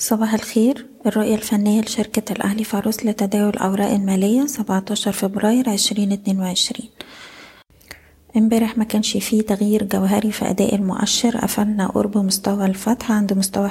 صباح الخير. الرؤية الفنية لشركة الأهلي فاروس لتداول الأوراق المالية 17 فبراير 2022. امبارح ما كانش فيه تغيير جوهري في أداء المؤشر، قفلنا قرب مستوى الفتح عند مستوى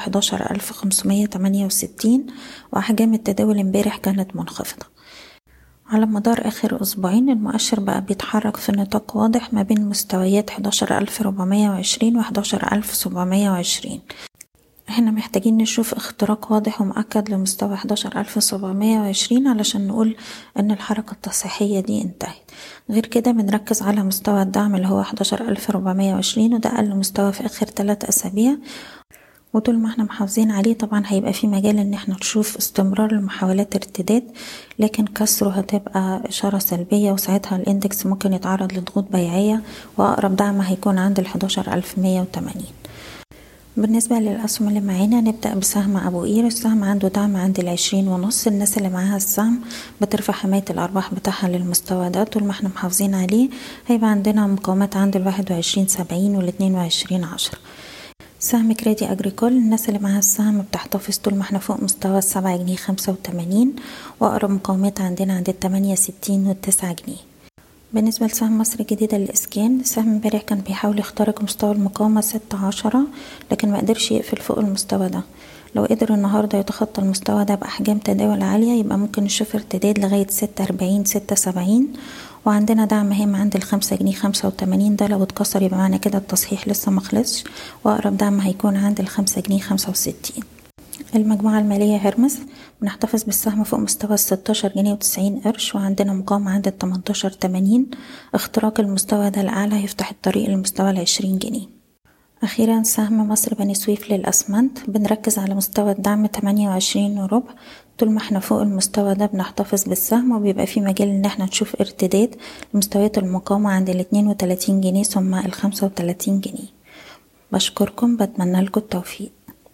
11568 وأحجام التداول امبارح كانت منخفضة. على مدار آخر أسبوعين المؤشر بقى بيتحرك في نطاق واضح ما بين مستويات 11420 و 11720. احنا محتاجين نشوف اختراق واضح ومؤكد لمستوى 11720 علشان نقول ان الحركة التصحيحية دي انتهت. غير كده بنركز على مستوى الدعم اللي هو 11420 وده اقل مستوى في اخر 3 اسابيع، وطول ما احنا محافظين عليه طبعا هيبقى في مجال ان احنا نشوف استمرار المحاولات ارتداد، لكن كسره هتبقى اشارة سلبية وساعتها الاندكس ممكن يتعرض لضغوط بيعية، واقرب دعم هيكون عند 11180. بالنسبة للأسهم اللي معانا نبدأ بسهم أبو قير. السهم عنده دعم عند 20.5. الناس اللي معاها السهم بترفع حماية الأرباح بتاعها للمستوى ده، طول ما احنا محافظين عليه هيبقى عندنا مقاومات عند 21.70 و 22.10. سهم كريدي أجريكول، الناس اللي معاها السهم بتحتفظ طول ما احنا فوق مستوى 7.85 وأقرب مقاومات عندنا عند 8.60 و 9 جنيه. بالنسبة لسهم مصر الجديدة للإسكان، السهم امبارح كان بيحاول يخترق مستوى المقاومة 6.10 لكن ما قدرش يقفل فوق المستوى ده. لو قدر النهاردة يتخطى المستوى ده بأحجام تداول عالية يبقى ممكن نشوف ارتداد لغاية 6.40 6.70، وعندنا دعم هام عند 5.85. ده لو اتكسر يبقى معنى كده التصحيح لسه مخلصش، وأقرب دعم هيكون عند 5.65. المجموعة المالية هرمس، بنحتفظ بالسهم فوق مستوى 16 جنيه و90 قرش وعندنا مقاومة عند 18.80. اختراق المستوى ده الأعلى هيفتح الطريق لمستوى 20 جنيه. أخيرا سهم مصر بني سويف للأسمنت، بنركز على مستوى الدعم 28.25. طول ما احنا فوق المستوى ده بنحتفظ بالسهم وبيبقى في مجال ان احنا نشوف ارتداد لمستويات المقاومة عند 32 جنيه ثم 35 جنيه. بشكركم، بتمنى لكم التوفيق.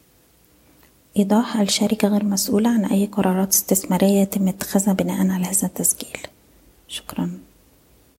إيضاح: الشركة غير مسؤولة عن أي قرارات استثمارية يتم اتخاذها بناء على هذا التسجيل. شكرا.